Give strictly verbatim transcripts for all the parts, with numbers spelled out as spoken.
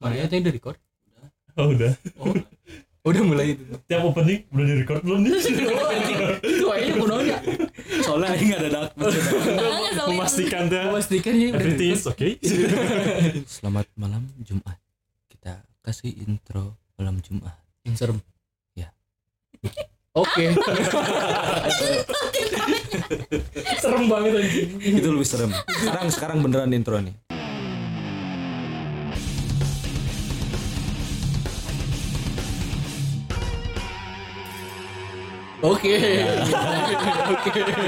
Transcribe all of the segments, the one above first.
Mana tadi udah record? Oh udah. Oh. Udah mulai itu. Tiap opening udah di record belum nih? Itu kayaknya kuno enggak. Soalnya ini enggak ada dak. Memastikan dah. Memastikan ya udah. Everything is okay. Selamat malam Jumat. Kita kasih intro malam Jumat. Yang serem. Ya. Oke. Serem banget anjing. Itu lebih serem. Sekarang sekarang beneran intro nih. Oke. Oke.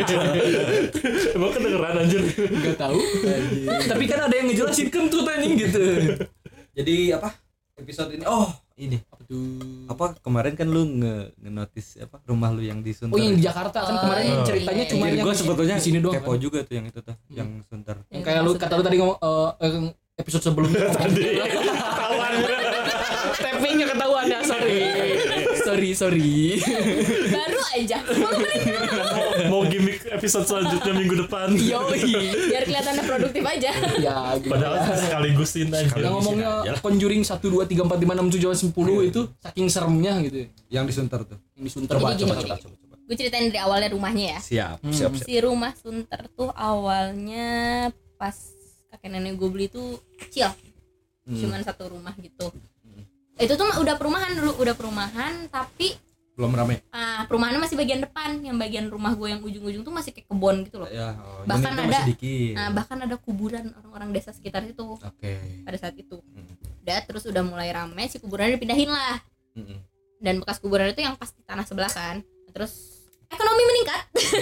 Emang kedengeran anjir. Enggak tahu. Tapi kan ada yang ngejelasin kentut anjing gitu. Jadi apa? Episode ini oh, ini. Apa tuh? Apa kemarin kan lu nge notice apa rumah lu yang di Sunter. Oh, yang di Jakarta kan kemarin Oh. ceritanya Iya, cuma Jadi yang gua sebetulnya di sini doang. kepo Kan? juga tuh yang itu tuh, Hmm. yang Sunter. Yang kayak lu kata lu tadi ngomong eh, episode sebelumnya. Tadi ketahuan. Tappingnya ketahuan ya, sorry. sorry, sorry. Baru aja sepuluh menit Mau gimmick episode selanjutnya minggu depan. Yoi. biar kelihatannya produktif aja. Ya, gitu. Padahal sekaligusin aja. Yang ngomongnya Conjuring satu dua tiga empat lima enam tujuh delapan sepuluh itu saking seremnya gitu. Yang di Sunter tuh. Yang di Sunter. Jadi Coba, gini, coba, gini. coba, coba. Gue ceritain dari awalnya rumahnya ya. Siap, Hmm. siap, siap. Si rumah Sunter tuh awalnya pas kakek nenek gue beli tuh kecil, Hmm. cuman satu rumah gitu. Itu tuh udah perumahan dulu, udah perumahan tapi Belum rame. ah, perumahannya masih bagian depan, yang bagian rumah gue yang ujung-ujung tuh masih kayak kebon gitu loh. Ya, oh, Bahkan unitnya ada- masih dikit. Nah, bahkan ada kuburan orang-orang desa sekitar situ Oke. pada saat itu. Hmm. Udah terus udah mulai rame, si kuburannya dipindahin lah. Mm-mm. Dan bekas kuburan itu yang pas di tanah sebelah kan. Terus ekonomi meningkat.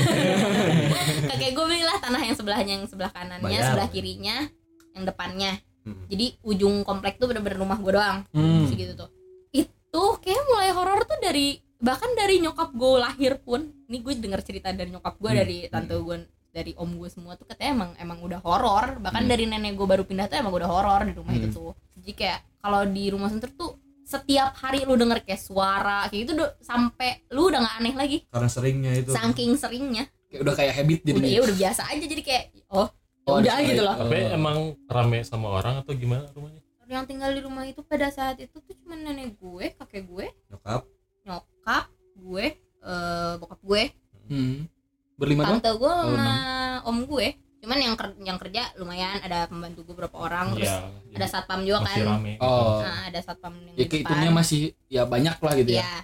Kakek gue belilah tanah yang sebelahnya, yang sebelah kanannya, Bayar. sebelah kirinya, yang depannya. Hmm. Jadi ujung komplek tuh bener-bener rumah gue doang. Hmm. Segitu tuh. Itu kayak mulai horor tuh dari bahkan dari nyokap gue lahir pun. Ini gue denger cerita dari nyokap gue, Hmm. dari tante gue, dari om gue semua tuh katanya emang emang udah horor. Bahkan Hmm. dari nenek gue baru pindah tuh emang udah horor di rumah itu Hmm. tuh. Jadi kayak kalau di rumah Sunter tuh setiap hari lu denger kayak suara kayak gitu do- sampai lu udah nggak aneh lagi. Karena seringnya itu. Saking seringnya. Kayak udah kayak habit jadi. Udah ya udah biasa aja, jadi kayak oh, ya Oh, udah ada gitu loh. sekali. Tapi emang rame sama orang atau gimana rumahnya? Yang tinggal di rumah itu pada saat itu tuh cuma nenek gue, kakek gue, Nyokap. nyokap gue, eh bokap gue, Hmm. Berlima doang? tante gue Oh, sama om gue. Cuman yang ker- yang kerja lumayan, ada pembantu gue berapa orang, terus Iya. ada satpam juga masih kan. rame. Oh. Nah, ada satpam yang Ya di kehitungnya depan. masih ya banyak lah gitu ya. Iya.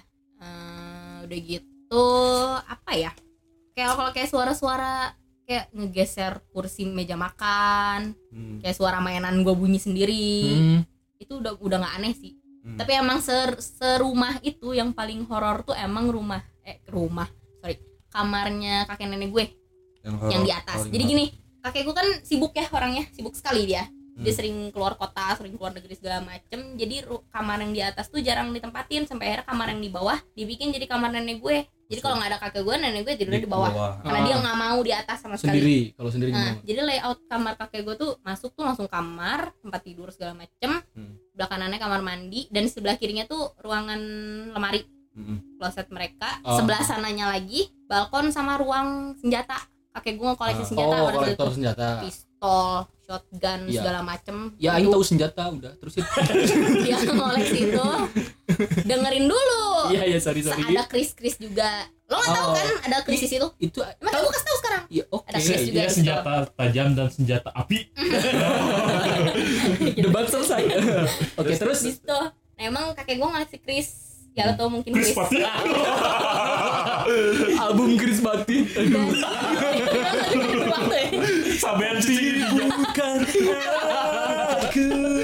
Eh, udah gitu apa ya? Kayak kalau kayak suara-suara kayak ngegeser kursi meja makan, Hmm. kayak suara mainan gue bunyi sendiri. Hmm. Itu udah udah nggak aneh sih. Hmm. Tapi emang ser serumah itu yang paling horor tuh emang rumah eh rumah sorry kamarnya kakek nenek gue yang, yang horor- di atas. paling Jadi horor. gini, kakek gue kan sibuk ya orangnya, sibuk sekali dia. Dia Hmm. sering keluar kota, sering keluar negeri segala macem. Jadi ru- kamar yang di atas tuh jarang ditempatin, sampai akhirnya kamar yang di bawah dibikin jadi kamar nenek gue. Jadi kalau nggak ada kakek gue, nenek gue tidurnya di bawah. Karena Ah. dia nggak mau di atas sama sekali. Sendiri, kalau sendiri Nah, gimana? jadi layout kamar kakek gue tuh masuk tuh langsung kamar, tempat tidur segala macem. Hmm. Sebelah kanannya kamar mandi dan sebelah kirinya tuh ruangan lemari, Mm-mm. kloset mereka. Oh. Sebelah sananya lagi balkon sama ruang senjata. Kakek gue koleksi Ah. senjata Oh, pada saat kolektor itu. senjata. Pistol, shotgun, Iya. segala macem. Ya, aing Itu tahu senjata udah. Terusin. dia ngoleksi itu. Dengerin dulu. Iya, iya, sorry, Sa- sorry. Ada kris-kris juga. Lo nggak tahu Oh. kan ada kris di situ? Itu Emang gue kasih tahu sekarang. ya oke. Ada kris juga. Iya, senjata tajam dan senjata api. Debat selesai. Oke, terus Di situ. Nah, emang kakek gue ngoleksi kris. Ya lo tau mungkin Chris kris. Pati. album Chris Bakti. Sampean cici. Bukan aku.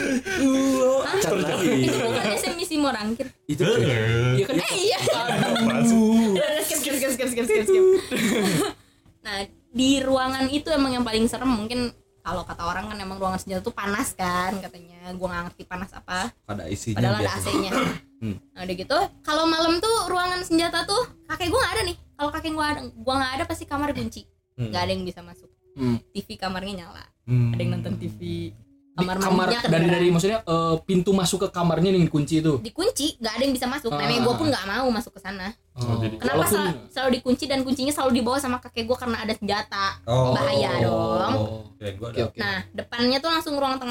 Itu bukannya si misi Morangkir. Itu Iya kan? Eh iya. Aduh. Udah, skip skip skip skip skip skip skip. Nah, di ruangan itu emang yang paling serem. Mungkin kalau kata orang kan emang ruangan senjata tuh panas kan katanya. Gua nggak ngerti panas apa. pada isinya. Padahal ada A biasa. C-nya. Hmm. Nah, udah gitu, kalau malam tuh ruangan senjata tuh kakek gua nggak ada nih. Kalau kakek gua ada, gua nggak ada pasti kamar dikunci. Hmm. Nggak ada yang bisa masuk. Hmm. T V kamarnya nyala. Hmm. Ada yang nonton T V. Di Kamar kamar mandinya dari kedengeran. dari maksudnya eh, pintu masuk ke kamarnya nih kunci itu. Dikunci, nggak ada yang bisa masuk. Ah. Nenek gua pun nggak mau masuk ke sana. Oh, jadi- Kenapa Walaupun- sel- selalu dikunci dan kuncinya selalu dibawa sama kakek gua karena ada senjata. Oh. Bahaya dong. Oke, gua Oke, ada. oke. Nah, depannya tuh langsung ruang tengah at-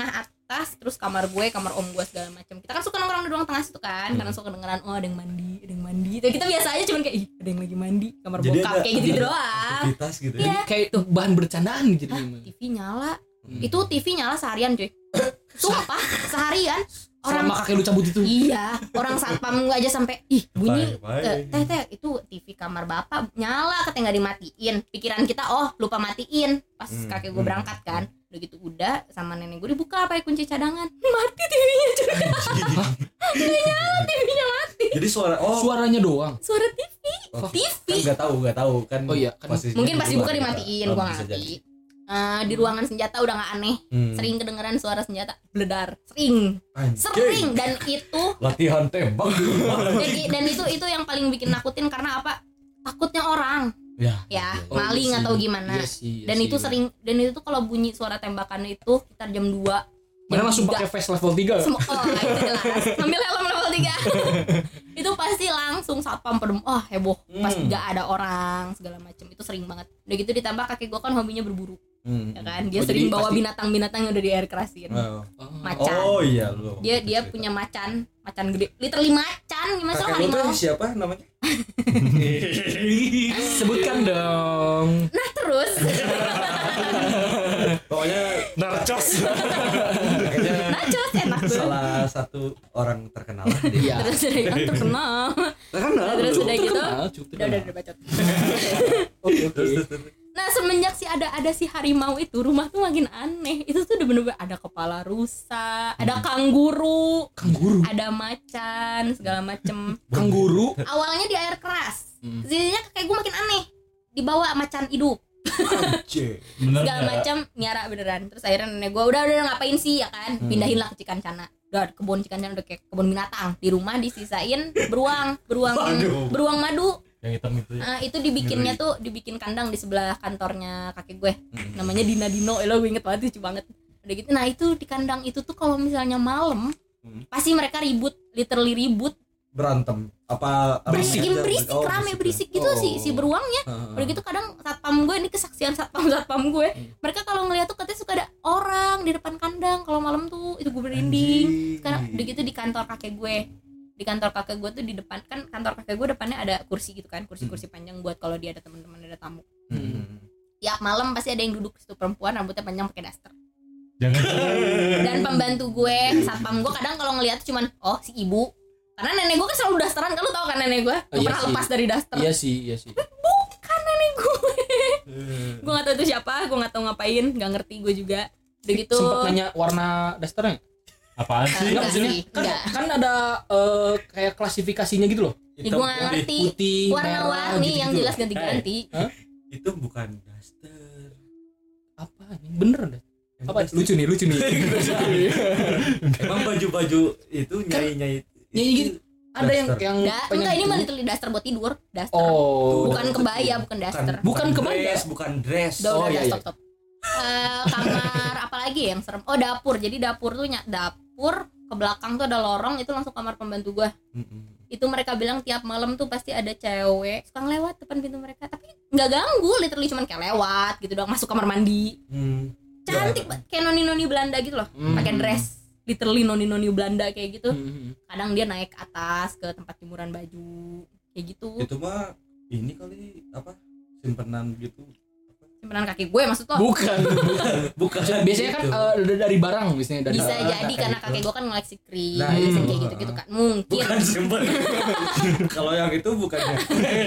atas, terus kamar gue, kamar om gue segala macam. Kita kan suka nongkrong di ruang tengah situ kan, Hmm. karena suka kedengeran oh ada yang mandi, ada yang mandi. Jadi kita biasa aja cuman kayak ih ada yang lagi mandi, kamar Jadi bokap ada- kayak gitu ada doang. aktivitas gitu ya. Iya. Kayak bahan bercandaan gitu. Hah, T V nyala. Hmm. Itu T V nyala seharian cuy. Sumpah, seharian. Orang Selama kakek lu cabut itu. iya, orang satpam aja sampai ih bunyi Bye, bye. eh, teh teh itu T V kamar bapak nyala katanya nggak dimatiin. Pikiran kita oh lupa matiin pas Hmm, kakek gue hmm, berangkat kan. Udah gitu udah sama nenek gue dibuka pakai kunci cadangan. Mati T V-nya cuy. Nggak nyala T V-nya mati. Jadi suara oh Suaranya doang. Suara T V. oh, T V. kan nggak tahu nggak tahu kan. Oh iya, kan posisinya Mungkin pas di dibuka luar kita. dimatiin, Oh, gua bisa nggak ngerti. jadi. Eh, di ruangan senjata udah nggak aneh. Hmm. Sering kedengeran suara senjata bledar. Sering. Anjing. Sering dan itu Latihan tembak di rumah. dan, dan itu itu yang paling bikin nakutin karena apa? Takutnya orang. Ya. Ya, Oh, maling iya atau sih. gimana. Iya sih, iya Dan sih. itu sering dan itu tuh kalau bunyi suara tembakannya itu sekitar jam dua. Mana jam langsung tiga. pakai face level tiga. Semua, oh itu jelas. Ambil helm level tiga. Itu pasti langsung satpam pedem. Oh heboh. Pas Hmm. nggak ada orang segala macam. Itu sering banget. Udah gitu ditambah kakek gua kan hobinya berburu. Hmm. Ya kan? Dia Oh, sering jadi bawa pasti- binatang-binatang yang udah di air kerasin. Oh. Macan. Oh iya lu. Dia dia punya macan, macan gede. Literally macan. Gimana sih Kakek lu harimau? tuh siapa namanya? Sebutkan dong. Nah, terus Pokoknya Narcos. kayaknya nachos enak tuh. salah satu orang terkenal lah dia. Iya. Terus udah kan terkenal. Terkenal. Terus lu. udah gitu. Terkenal, cukup Udah udah terkenal. udah bacot. Oke oke. Terus, terus, terus. Nah semenjak si ada ada si harimau itu rumah tuh makin aneh. Itu tuh udah bener-bener ada kepala rusa, ada kanguru, Kangguru. ada macan segala macem. Kangguru. Awalnya di air keras, Hmm. jadinya kayak gue makin aneh. Dibawa macan hidup Anjir. Bener segala nggak? macam nyara beneran. Terus akhirnya nenek gue udah udah ngapain sih ya kan? Hmm. Pindahin lah ke Cikancana. Udah kebun Cikancana udah kayak kebun binatang. Di rumah disisain beruang, beruang Waduh. beruang madu. Yang hitam itu ya. Nah, itu dibikinnya tuh dibikin kandang di sebelah kantornya kakek gue. Hmm. Namanya Dina Dino. Eh, lo gue inget banget lucu banget. Udah gitu. Nah, itu di kandang itu tuh kalau misalnya malam Hmm. pasti mereka ribut, literally ribut. Berantem apa apa Berisik. Bikin aja? berisik, Oh, rame ya? berisik gitu Oh. si si beruangnya. Heeh. Udah gitu kadang satpam gue ini kesaksian satpam-satpam gue. Mereka kalau ngeliat tuh katanya suka ada orang di depan kandang kalau malam tuh. Itu gue merinding. Anjing. Sekarang udah gitu di kantor kakek gue. Di kantor kakek gue tuh di depan kan kantor kakek gue depannya ada kursi gitu kan, kursi-kursi panjang buat kalau dia ada teman-teman ada tamu. Hmm. Tiap malam pasti ada yang duduk di situ perempuan rambutnya panjang pakai daster. Jangan. Dan pembantu gue, satpam gue kadang kalau ngeliat cuman oh si ibu. Karena nenek gue kan selalu dasteran, kalau tau kan nenek gue Oh, nggak iya pernah sih. lepas dari daster. Iya sih, iya sih. Bukan nenek gue. Gue nggak tahu itu siapa, gue nggak tahu ngapain, nggak ngerti gue juga. Udah gitu. Sempet nanya warna dasternya? Apaan sih? Enggak, Enggak maksudnya sih, kan, enggak. kan ada eh, kayak klasifikasinya gitu loh. Ya, Hitam gue nggak putih. ngerti. Putih, Warna-warni merah, yang gitu-gitu. jelas ganti-ganti. Itu bukan daster. Apa ini? Bener dah. Yang Apa? daster. Lucu nih, lucu nih. Emang baju-baju itu nyai-nyai Nyai gitu. Ada yang Daster. yang Nggak, pengen enggak ini gitu. mah literally daster buat tidur, daster. Oh. Bukan kebaya, bukan daster. Bukan kebaya. dress, bukan dress. Udah, Oh, udah, iya, udah, iya. stop, stop. Eh, kamar apa lagi yang serem? Oh, dapur. Jadi dapur tuh ny- dapur ke belakang tuh ada lorong, itu langsung kamar pembantu gua. Mm-mm. Itu mereka bilang tiap malam tuh pasti ada cewek suka lewat depan pintu mereka, tapi nggak ganggu, literally cuman kayak lewat gitu doang, masuk kamar mandi. Hmm. Cantik banget, kayak noni-noni Belanda gitu loh. Hmm. Pakai dress. Literally noni-noni Belanda kayak gitu. Hmm. Kadang dia naik ke atas ke tempat jemuran baju kayak gitu. Itu mah ini kali apa? Simpenan gitu. Simpenan kaki gue maksud lo. Bukan. Bukan. Biasanya kan gitu. eh, dari barang biasanya dari Bisa Ah, jadi kayak karena gitu. kakek gue kan ngoleksi krim, Nah, itu. kayak gitu-gitu kan. Mungkin. bukan simpen. Kalau yang itu bukannya.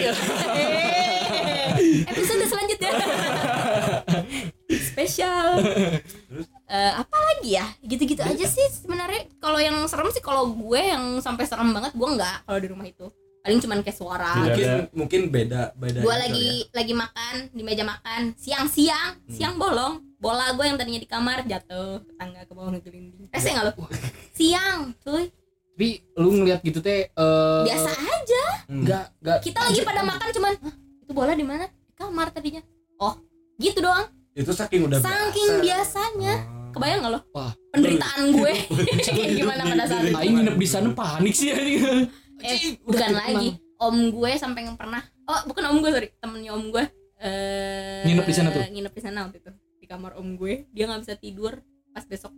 Episode selanjutnya. Spesial. Terus? Eh, apa lagi ya? Gitu-gitu aja sih sebenarnya. Kalau yang serem sih kalau gue yang sampai serem banget gue enggak kalau di rumah itu. Paling cuman kayak suara. Tidak. Mungkin mungkin beda beda. Gue gitu lagi ya. lagi makan di meja makan siang-siang, Hmm. siang bolong. Bola gue yang tadinya di kamar jatuh ke tangga ke bawah ngegelinding. Rese nggak lo? Siang, cuy. Tapi lu ngeliat gitu teh eh, Biasa aja. Hmm. Enggak, enggak. Kita lagi pada makan cuman, "Hah, itu bola di mana? Di kamar tadinya." Oh, gitu doang. Itu saking udah Saking biasa. biasanya. Oh. Kebayang nggak lo? Wah. Penderitaan gue kayak gimana pada saat itu? Aing nginep di sana panik sih anjing. Eh, bukan lagi. Om gue sampai yang pernah, oh bukan om gue sorry, temennya om gue. Eh, Nginep di sana tuh? Nginep di sana waktu itu di kamar om gue. Dia nggak bisa tidur pas besok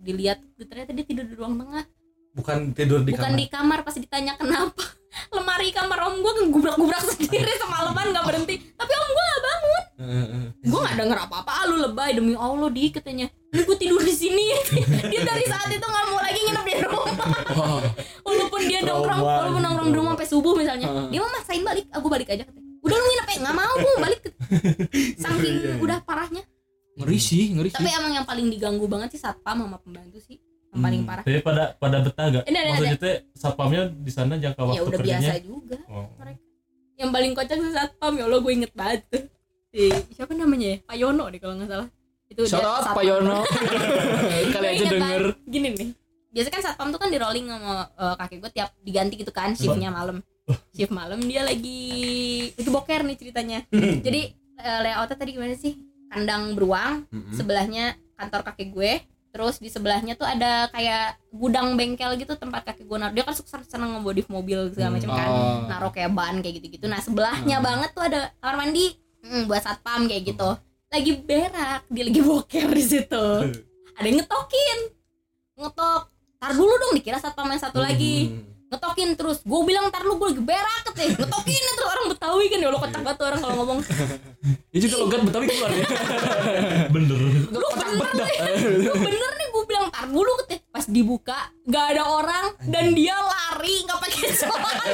dilihat ternyata dia tidur di ruang tengah. Bukan tidur di Bukan kamar. di kamar. Pas ditanya kenapa, lemari kamar om gue kegubrak-gubrak sendiri semalaman nggak berhenti. Tapi om gue nggak bangun. Gue nggak denger apa-apa. Ah, lu lebay demi Allah di katanya. Ini gue tidur di sini. Dia dari saat itu nggak mau lagi nginep di rumah. Walaupun dia nongkrong, walaupun nongkrong di rumah sampai subuh misalnya, dia mau maksain balik. Aku balik aja katanya. Udah lu nginep ya? Nggak mau gue balik. Saking udah parahnya. Ngeri sih, ngeri sih. Tapi emang yang paling diganggu banget sih satpam sama pembantu sih. Yang paling parah. Tapi pada pada betah gak? Ini ada- Maksudnya teh satpamnya di sana jangka waktu Ya udah kerjanya. biasa juga. Oh. Mereka. Yang paling kocak sih satpam, ya Allah gue inget banget tuh. Si siapa namanya ya? Pak Yono deh kalau nggak salah. Itu Shout dia out satpam. Pak Yono. Kali Gue aja inget denger. banget. Gini nih. Biasanya kan satpam tuh kan di rolling sama uh, kakek gue tiap diganti gitu kan shiftnya malam. Shift malam dia lagi lagi boker nih ceritanya. Jadi uh, layoutnya tadi gimana sih? Kandang beruang, sebelahnya kantor kakek gue. Terus di sebelahnya tuh ada kayak gudang bengkel gitu tempat kakek gue naruh. Dia kan suka seneng ngemodif mobil segala macam kan. Oh. Naruh kayak ban kayak gitu-gitu. Nah, sebelahnya banget tuh ada kamar mandi mm, buat satpam kayak gitu. Lagi berak, dia lagi boker di situ. Ada yang ngetokin. Ngetok. Tar dulu dong, dikira satpam yang satu lagi. Ngetokin terus. Gue bilang tar lu, gue lagi berak katanya. Ngetokin terus, orang Betawi kan ya lo kocak banget tuh orang kalau ngomong. Itu kalau gat Betawi keluar ya. Bener. Lu bener nih. Lu bener nih, gue bilang tar dulu katanya. Pas dibuka nggak ada orang dan dia lari nggak pakai celana.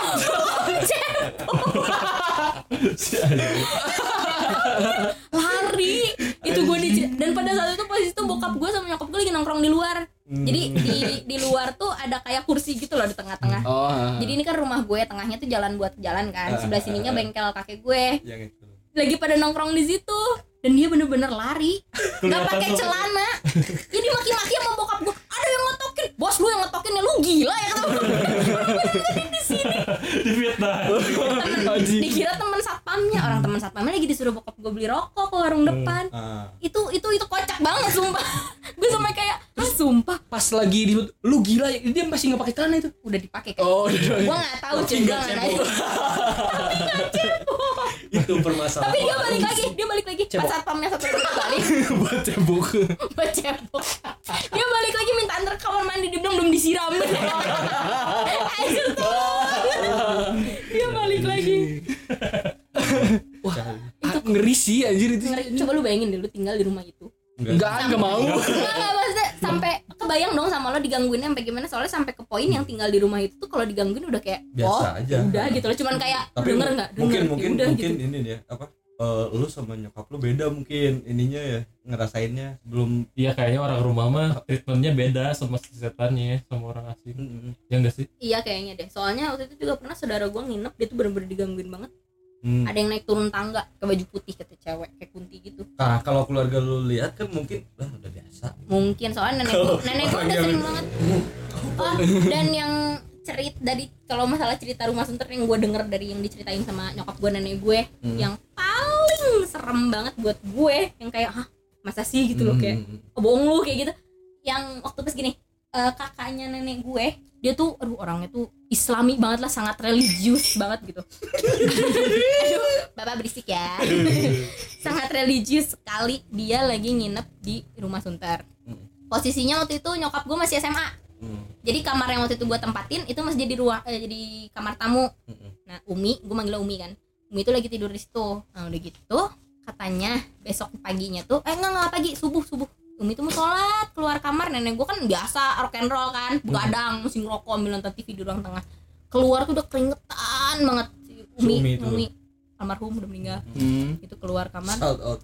Lari itu gue di dan pada saat itu posisi tuh bokap gue sama nyokap gue lagi nongkrong di luar. Jadi di di luar tuh ada kayak kursi gitu loh di tengah-tengah. Oh. Jadi ini kan rumah gue, tengahnya tuh jalan buat jalan kan. Sebelah sininya bengkel kakek gue. Yang itu. Lagi pada nongkrong di situ dan dia bener-bener lari, nggak pakai celana. Ini maki-maki sama bokap gue. Ada yang ngetokin, bos lu yang ngetokin ya, lu gila ya kata bokap gue. Di sini. Di Vietnam. Dikira teman satpamnya, orang teman satpamnya lagi disuruh bokap gue beli rokok ke warung depan. Ah. Itu itu itu kocak banget sumpah. Gue sampai kayak, ah sumpah. Pas lagi di lu gila ya, dia masih nggak pakai celana itu. Udah dipakai kan? Oh, udah. Gue nggak tahu Tapi cuy, gue nggak nggak cebok. nanya. Itu permasalahan. Tapi dia balik lagi, dia balik lagi. Pas satpamnya satu lagi balik, Buat cebok. buat cebok. Dia balik lagi minta antar ke kamar mandi, dia bilang belum disiram. Anjir tuh. Dia balik lagi. Wah, ah, ngeri sih anjir itu. Ngeri. Coba lu bayangin deh, lu tinggal di rumah itu. Enggak, enggak mau. Enggak, enggak maksudnya sampai kebayang dong sama lo digangguinnya sampai gimana, soalnya sampai ke poin yang tinggal di rumah itu tuh kalau digangguin udah kayak Biasa oh, aja. udah gitu loh, cuman kayak Tapi denger enggak? Denger. mungkin Ya mungkin udah mungkin gitu. ini dia apa? Eh, lu sama nyokap lu beda mungkin ininya ya, ngerasainnya belum. Iya kayaknya orang rumah mah treatmentnya beda sama setannya sama orang asing. Ya enggak sih? Iya kayaknya deh. Soalnya waktu itu juga pernah saudara gua nginep, dia tuh bener-bener digangguin banget. Hmm. Ada yang naik turun tangga ke baju putih kata cewek kayak kunti gitu. Nah, kalau keluarga lu lihat kan mungkin ah, udah biasa. Mungkin soalnya nenek Kalau gua, nenek gua udah orangnya sering bener. banget. Oh, dan yang cerit dari kalau masalah cerita rumah sunter yang gue denger dari yang diceritain sama nyokap gue, nenek gue, Hmm. yang paling serem banget buat gue, yang kayak ah masa sih gitu loh, kayak Hmm. oh, bohong lu kayak gitu. Yang waktu pas gini, eh, kakaknya nenek gue, dia tuh aduh orangnya tuh islami banget lah, sangat religius banget gitu. Aduh, bapak berisik ya. Sangat religius sekali. Dia lagi nginep di rumah sunter. Posisinya waktu itu nyokap gue masih S M A. Hmm. Jadi kamar yang waktu itu gue tempatin itu masih jadi ruang, eh, jadi kamar tamu. Nah Umi, gue manggil Umi kan. Umi itu lagi tidur di situ. Nah udah gitu, katanya besok paginya tuh, eh enggak enggak pagi, subuh subuh. Umi tuh mau sholat keluar kamar, nenek gue kan biasa rock and roll kan, begadang, mesti ngerokok, ambil nonton T V di ruang tengah. Keluar tuh udah keringetan banget si Umi, Si Umi Umi, tuh. almarhum udah meninggal. Hmm. Itu keluar kamar, Shout out.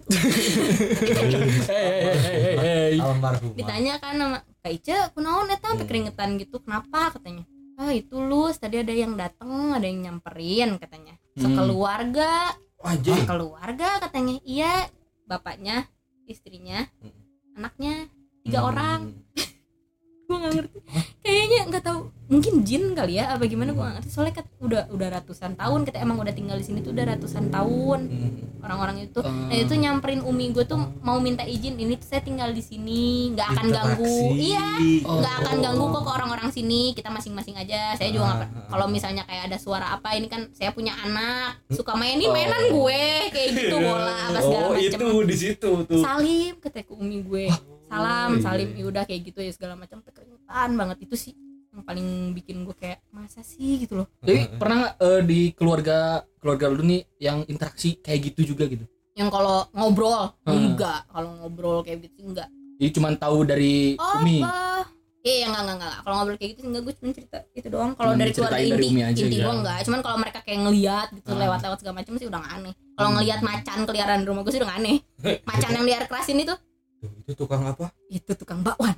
Hey, hey, hey, hey. Almarhum. ditanya kan sama Kak Ica, kunaon eta sampai keringetan gitu, kenapa katanya? Ah itu Lus, tadi ada yang datang, ada yang nyamperin katanya. Sekeluarga, Anjing. keluarga katanya. Iya, bapaknya, istrinya, anaknya, tiga Hmm. orang. Gue nggak ngerti. Kayaknya nggak tahu, mungkin jin kali ya, apa gimana gue nggak ngerti. Soalnya kan udah udah ratusan tahun kita emang udah tinggal di sini tuh udah ratusan tahun. Hmm. Orang-orang itu, nah itu nyamperin Umi gue tuh mau minta izin, ini tuh saya tinggal di sini, nggak akan ganggu. Interaksi. Iya. Oh. Nggak akan ganggu kok ke orang-orang sini, kita masing-masing aja. Saya juga nggak, Ah. kalau misalnya kayak ada suara apa, ini kan saya punya anak suka mainin mainan gue kayak gitu, bola apa segala Oh, macem. itu di situ tuh. Salim kata ke Umi gue, salam Oh, iya. salim ya udah kayak gitu ya segala macam keringetan banget itu sih yang paling bikin gue kayak masa sih gitu loh. Jadi pernah nggak eh, di keluarga keluarga lu nih yang interaksi kayak gitu juga gitu? Yang kalau ngobrol Hmm. enggak, kalau ngobrol kayak gitu enggak. Jadi cuma tahu dari Oh, Umi. apa? Iya, enggak enggak enggak. Kalau ngobrol kayak gitu enggak, gue cuma cerita itu doang. Kalau Cuman dari keluarga diceritain dari inti, Umi aja inti gitu. gue enggak. Cuman kalau mereka kayak ngelihat gitu Ah. lewat-lewat segala macam sih udah nggak aneh. Kalau ngelihat macan keliaran di rumah gue sih udah nggak aneh. Macan yang di air kerasin itu, Tuh, itu tukang apa? itu tukang bakwan.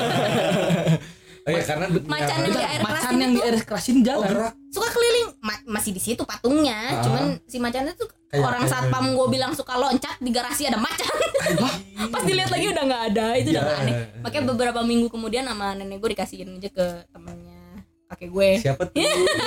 Oh ya karena Macan yang di air Macan kerasin yang di itu air kerasin Oh, jalan. gerak. suka keliling Ma- masih di situ patungnya. Ah. Cuman si macan itu Kayak- orang kayak- satpam gue bilang suka loncat di garasi ada macan. Pas dilihat lagi udah nggak ada, itu udah Ya. nggak aneh. Makanya beberapa minggu kemudian sama nenek gue dikasihin aja ke temennya kakek gue. Siapa tuh?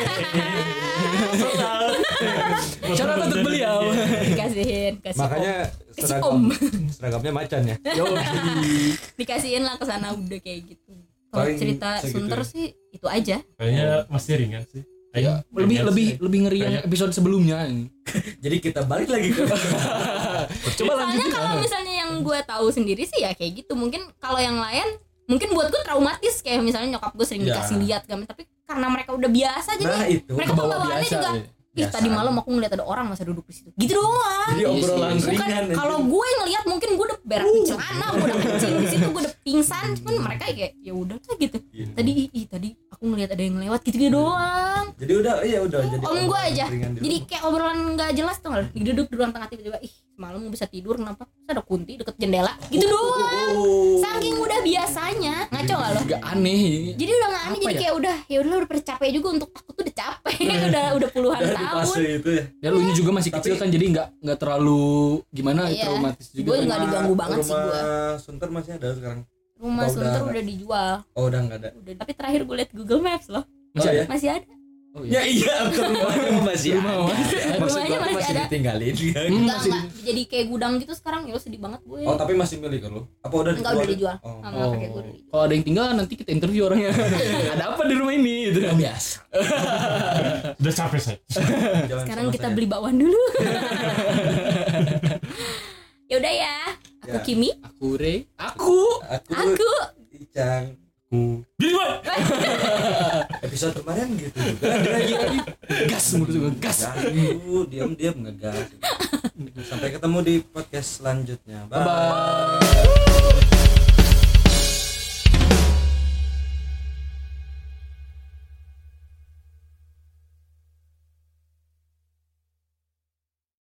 Syarat untuk beliau. Dikasihin, kasih Makanya om. Kasih seragam om. seragamnya macan ya. Yo. Dikasihin lah ke sana udah kayak gitu. Kalau Paling cerita segitu Sunter ya? sih itu aja. Kayaknya masih ringan sih. Ya, Aing lebih ringan lebih sih. lebih ngeri yang Kayak- episode sebelumnya ini. Jadi kita balik lagi ke Coba Soalnya lanjutin. kalau misalnya yang gue tahu sendiri sih ya kayak gitu. Mungkin kalau yang lain mungkin buat gue traumatis kayak misalnya nyokap gue sering Ya. dikasih lihat kan, tapi karena mereka udah biasa jadi Nah itu mereka Kebawa pembawaannya biasa. juga ya. ih Biasa. tadi malam aku ngeliat ada orang masa duduk di situ gitu doang. Jadi obrolan Iya sih. Bukan ringan kalau gue ngeliat mungkin gue udah berak di celana, gue udah kencing di situ, gue udah pingsan, cuman mereka kayak ya udah tuh gitu. Iya. Tadi ih, ih, tadi aku ngeliat ada yang lewat gitu gitu doang. Jadi udah iya udah jadi Om gue obrolan aja, ringan di jadi rumah. kayak obrolan nggak jelas tuh nggak? Duduk di ruang tengah tiba-tiba, ih semalam nggak bisa tidur kenapa? Terus ada kunti deket jendela, gitu doang. Oh. Saking udah biasanya, ngaco gak lo? Gak aneh. Jadi udah nggak aneh, Apa jadi ya? kayak udah ya udah udah capek juga untuk aku tuh udah capek, udah udah puluhan Udah di tahun. fase itu ya. Ya lu ini juga masih Tapi- kecil kan jadi nggak nggak terlalu gimana Iya. traumatis juga. Gue kan. nggak diganggu banget sih Rumah gue. Sunter masih ada sekarang. Rumah Oh, udah Sunter nggak? udah dijual, Oh udah nggak ada. udah. Tapi terakhir gue liat Google Maps loh, Masih Oh, ada. ya? masih ada. Oh, iya. Ya iya, ke rumahnya masih Rumah ada. masih ada. Maksud Rumahnya gua tuh masih masih ada. ditinggalin. Hmm, Enggak masih enggak, jadi kayak gudang gitu sekarang ya lo sedih banget gue. Oh tapi masih milik lo? Apa udah Enggak, udah dijual. Oh. Sama Oh, kakek gue udah dijual. kalau ada yang tinggal nanti kita interview orangnya. Ada apa di rumah ini? Itu Biasa. Udah capek saya. Jalan Sekarang sama kita saya. beli bakwan dulu. Ya udah ya. Aku Ya. Kimi, Aku Re. Aku. Aku, aku Icang. Ku. Gini boy. Episode kemarin gitu juga. Ada lagi lagi. Gas menurut gue gas. Ganggu, diam-diam ngegas. Sampai ketemu di podcast selanjutnya. Bye bye.